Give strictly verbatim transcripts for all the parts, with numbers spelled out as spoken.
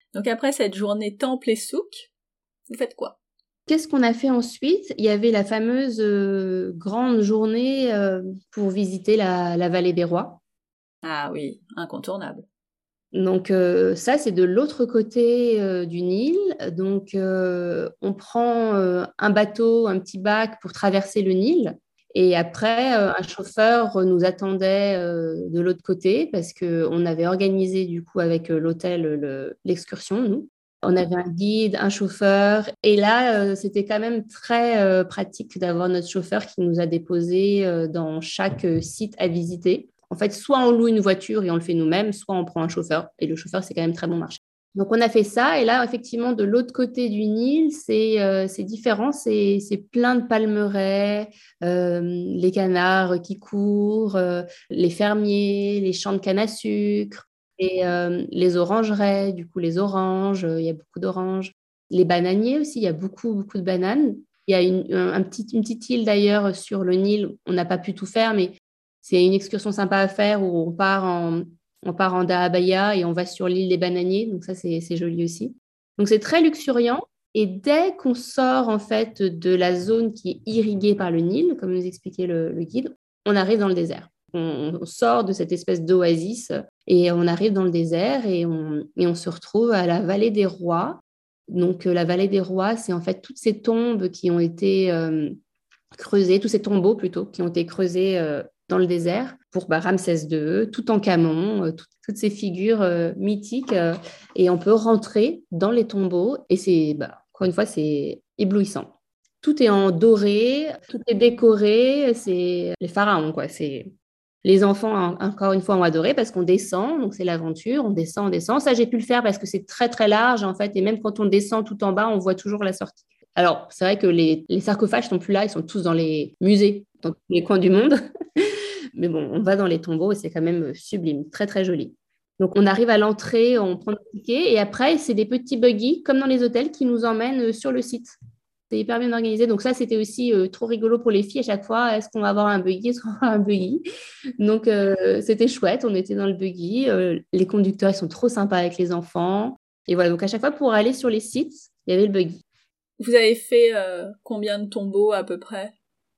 Donc après cette journée temple et souk, vous faites quoi? Qu'est-ce qu'on a fait ensuite? Il y avait la fameuse euh, grande journée euh, pour visiter la, la vallée des rois. Ah oui, incontournable. Donc euh, ça, c'est de l'autre côté euh, du Nil. Donc euh, on prend euh, un bateau, un petit bac pour traverser le Nil. Et après, euh, un chauffeur nous attendait euh, de l'autre côté parce qu'on avait organisé du coup avec euh, l'hôtel le- l'excursion, nous. On avait un guide, un chauffeur. Et là, euh, c'était quand même très euh, pratique d'avoir notre chauffeur qui nous a déposés euh, dans chaque euh, site à visiter. En fait, soit on loue une voiture et on le fait nous-mêmes, soit on prend un chauffeur. Et le chauffeur, c'est quand même très bon marché. Donc, on a fait ça. Et là, effectivement, de l'autre côté du Nil, c'est euh, c'est différent. C'est c'est plein de palmeraies, euh, les canards qui courent, euh, les fermiers, les champs de canne à sucre, et euh, les orangeraies, du coup, les oranges. euh, Il y a beaucoup d'oranges. Les bananiers aussi, il y a beaucoup, beaucoup de bananes. Il y a une, un, un petit, une petite île d'ailleurs sur le Nil. On n'a pas pu tout faire, mais c'est une excursion sympa à faire où on part en, on part en Dahabaya et on va sur l'île des Bananiers. Donc ça, c'est c'est joli aussi. Donc c'est très luxuriant. Et dès qu'on sort en fait de la zone qui est irriguée par le Nil, comme nous expliquait le, le guide, on arrive dans le désert. On, on sort de cette espèce d'oasis et on arrive dans le désert et on, et on se retrouve à la vallée des rois. Donc euh, la vallée des rois, c'est en fait toutes ces tombes qui ont été euh, creusés, tous ces tombeaux plutôt, qui ont été creusés euh, dans le désert pour bah, Ramsès deux, Toutankhamon, euh, tout- toutes ces figures euh, mythiques. euh, et on peut rentrer dans les tombeaux et c'est, bah, encore une fois, c'est éblouissant. Tout est en doré, tout est décoré, c'est les pharaons, quoi. C'est les enfants, en- encore une fois, ont adoré parce qu'on descend, donc c'est l'aventure, on descend, on descend. Ça, j'ai pu le faire parce que c'est très, très large, en fait, et même quand on descend tout en bas, on voit toujours la sortie. Alors, c'est vrai que les, les sarcophages sont plus là, ils sont tous dans les musées, dans tous les coins du monde. Mais bon, on va dans les tombeaux et c'est quand même sublime, très très joli. Donc, on arrive à l'entrée, on prend le ticket et après, c'est des petits buggy, comme dans les hôtels, qui nous emmènent sur le site. C'est hyper bien organisé. Donc, ça, c'était aussi euh, trop rigolo pour les filles à chaque fois. Est-ce qu'on va avoir un buggy? Est-ce qu'on va avoir un buggy? Donc, euh, c'était chouette. On était dans le buggy. Euh, les conducteurs, ils sont trop sympas avec les enfants. Et voilà, donc à chaque fois, pour aller sur les sites, il y avait le buggy. Vous avez fait euh, combien de tombeaux à peu près?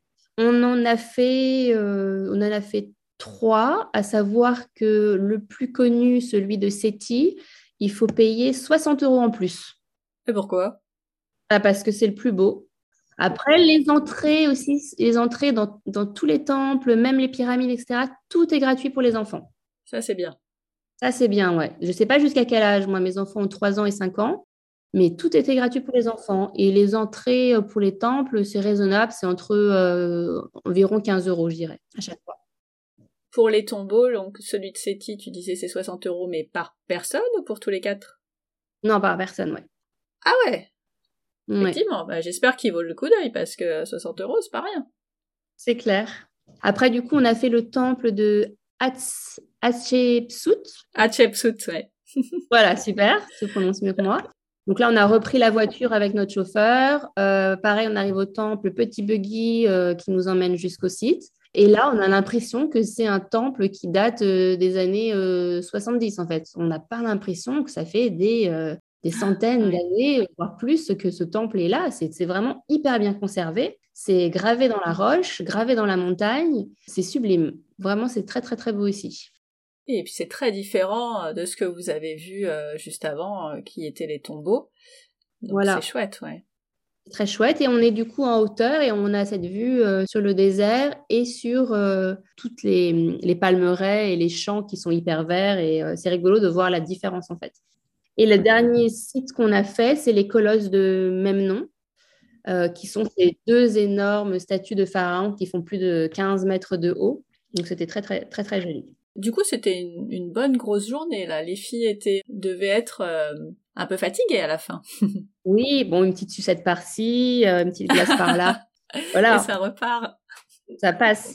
On en a fait, euh, on en a fait trois, à savoir que le plus connu, celui de Séti, il faut payer soixante euros en plus. Et pourquoi? Ah, parce que c'est le plus beau. Après, les entrées aussi, les entrées dans, dans tous les temples, même les pyramides, et cetera, tout est gratuit pour les enfants. Ça c'est bien. Ça, c'est bien, ouais. Je ne sais pas jusqu'à quel âge. Moi, mes enfants ont trois ans et cinq ans, mais tout était gratuit pour les enfants. Et les entrées euh, pour les temples, c'est raisonnable, c'est entre euh, environ quinze euros, je dirais, à chaque fois. Pour les tombeaux, donc celui de Séti, tu disais c'est soixante euros, mais par personne ou pour tous les quatre? Non, par personne, ouais. Ah ouais, Ouais, effectivement. Bah, j'espère qu'il vaut le coup d'œil parce que soixante euros, c'est pas rien. c'est clair. Après, du coup, on a fait le temple de Hats- Hatshepsut. Hatshepsut, ouais. Voilà, super, tu prononces mieux que moi. Donc là, on a repris la voiture avec notre chauffeur. Euh, pareil, on arrive au temple, petit buggy euh, qui nous emmène jusqu'au site. Et là, on a l'impression que c'est un temple qui date euh, des années euh, soixante-dix, en fait. On n'a pas l'impression que ça fait des, euh, des centaines Ouais. d'années, voire plus, que ce temple est là. C'est c'est vraiment hyper bien conservé. C'est gravé dans la roche, gravé dans la montagne. C'est sublime. Vraiment, c'est très, très, très beau ici. Et puis c'est très différent euh, de ce que vous avez vu euh, juste avant, euh, qui étaient les tombeaux. Donc c'est Voilà. chouette, ouais. Très chouette. Et on est du coup en hauteur et on a cette vue euh, sur le désert et sur euh, toutes les, les palmeraies et les champs qui sont hyper verts. Et euh, c'est rigolo de voir la différence en fait. Et le dernier site qu'on a fait, c'est les colosses de même nom, euh, qui sont ces deux énormes statues de pharaons qui font plus de quinze mètres de haut. Donc c'était très, très, très, très joli. Du coup, c'était une, une bonne grosse journée, là. Les filles étaient, devaient être euh, un peu fatiguées à la fin. Oui, bon, une petite sucette par-ci, euh, une petite glace par-là. Et Voilà, ça repart. ça passe.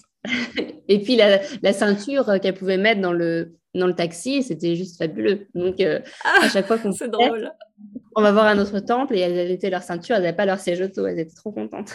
Et puis la, la ceinture qu'elle pouvait mettre dans le, dans le taxi, c'était juste fabuleux. Donc euh, à Ah, chaque fois qu'on c'est fait, drôle. on va voir un autre temple et elles étaient leur ceinture, elles n'avaient pas leur siège auto, elles étaient trop contentes.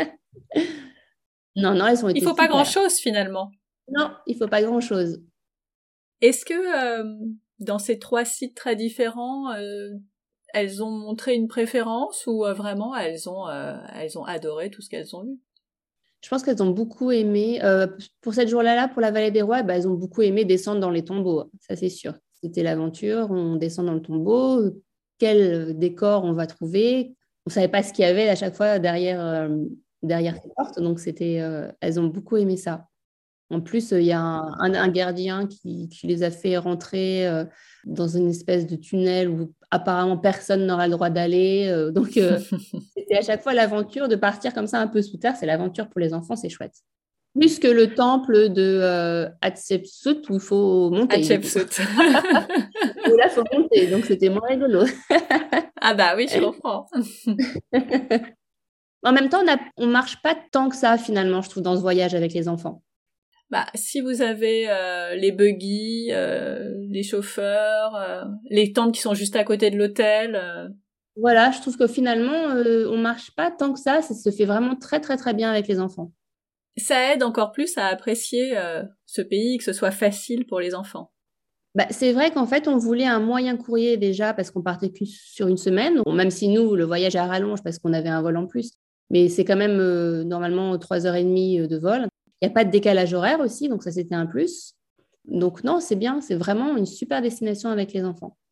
Non, non, elles ont Il été faut pas super. grand-chose, finalement. Non, il faut pas grand-chose. Est-ce que, euh, dans ces trois sites très différents, euh, elles ont montré une préférence ou euh, vraiment elles ont, euh, elles ont adoré tout ce qu'elles ont vu? Je pense qu'elles ont beaucoup aimé. Euh, pour cette journée-là, pour la Vallée des Rois, bah, elles ont beaucoup aimé descendre dans les tombeaux. Ça, c'est sûr. C'était l'aventure. On descend dans le tombeau. Quel décor on va trouver? On ne savait pas ce qu'il y avait à chaque fois derrière, euh, derrière ces portes. Donc, c'était, euh, elles ont beaucoup aimé ça. En plus, il y a un, un- un gardien qui, qui les a fait rentrer euh, dans une espèce de tunnel où apparemment personne n'aura le droit d'aller. Euh, donc, euh, c'était à chaque fois l'aventure de partir comme ça un peu sous terre. C'est l'aventure pour les enfants, c'est chouette. Plus que le temple de euh, Hatshepsut où il faut monter, du coup. Hatshepsut. Où là, il faut monter, donc c'était moins rigolo. Ah bah oui, je comprends. En même temps, on ne marche pas tant que ça, finalement, je trouve, dans ce voyage avec les enfants. Bah, si vous avez euh, les buggy, euh, les chauffeurs, euh, les tentes qui sont juste à côté de l'hôtel. Euh... Voilà, je trouve que finalement, euh, on marche pas tant que ça. Ça se fait vraiment très, très, très bien avec les enfants. Ça aide encore plus à apprécier euh, ce pays, que ce soit facile pour les enfants. Bah, c'est vrai qu'en fait, on voulait un moyen courrier déjà parce qu'on partait que sur une semaine. Bon, même si nous, le voyage est à rallonge parce qu'on avait un vol en plus. Mais c'est quand même euh, normalement trois heures trente de vol. Il n'y a pas de décalage horaire aussi, donc ça, c'était un plus. Donc non, c'est bien. C'est vraiment une super destination avec les enfants.